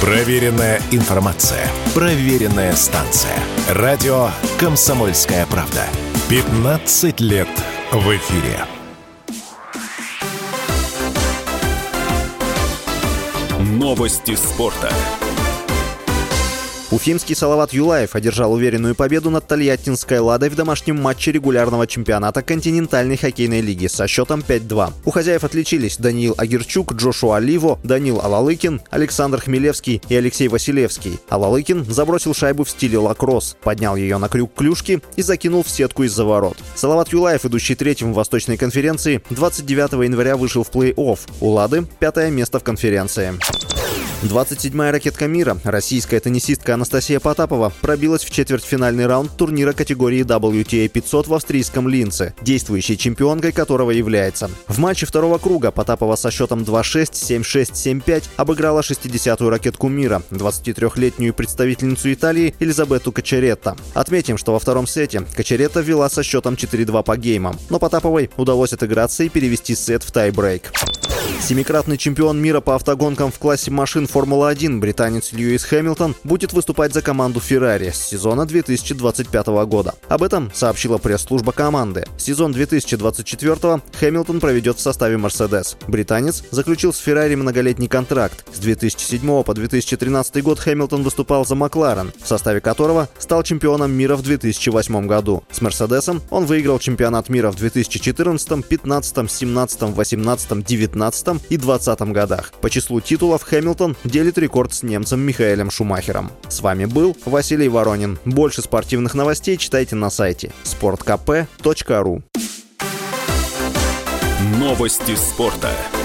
Проверенная информация. Проверенная станция. Радио «Комсомольская правда». 15 лет в эфире. Новости спорта. Уфимский Салават Юлаев одержал уверенную победу над тольяттинской «Ладой» в домашнем матче регулярного чемпионата континентальной хоккейной лиги со счетом 5-2. У хозяев отличились Даниил Агирчук, Джошуа Ливо, Данил Алалыкин, Александр Хмелевский и Алексей Василевский. Алалыкин забросил шайбу в стиле лакросс, поднял ее на крюк клюшки и закинул в сетку из-за ворот. Салават Юлаев, идущий третьим в Восточной конференции, 29 января вышел в плей-офф. У «Лады» 5-е место в конференции. 27-я ракетка мира, российская теннисистка Анастасия Потапова, пробилась в четвертьфинальный раунд турнира категории WTA 500 в австрийском Линце, действующей чемпионкой которого является. В матче второго круга Потапова со счетом 2-6, 7-6, 7-5 обыграла 60-ю ракетку мира, 23-летнюю представительницу Италии Элизабету Кочеретто. Отметим, что во втором сете Кочеретто вела со счетом 4-2 по геймам, но Потаповой удалось отыграться и перевести сет в тайбрейк. Семикратный чемпион мира по автогонкам в классе машин Формула-1 британец Льюис Хэмилтон будет выступать за команду Ferrari с сезона 2025 года. Об этом сообщила пресс-служба команды. Сезон 2024 Хэмилтон проведет в составе Mercedes. Британец заключил с Ferrari многолетний контракт. С 2007 по 2013 год Хэмилтон выступал за Макларен, в составе которого стал чемпионом мира в 2008 году. С Мерседесом он выиграл чемпионат мира в 2014, 2015, 2017, 2018, 2019 и 2020 годах. По числу титулов Хэмилтон делит рекорд с немцем Михаэлем Шумахером. С вами был Василий Воронин. Больше спортивных новостей читайте на сайте sportkp.ru. Новости спорта.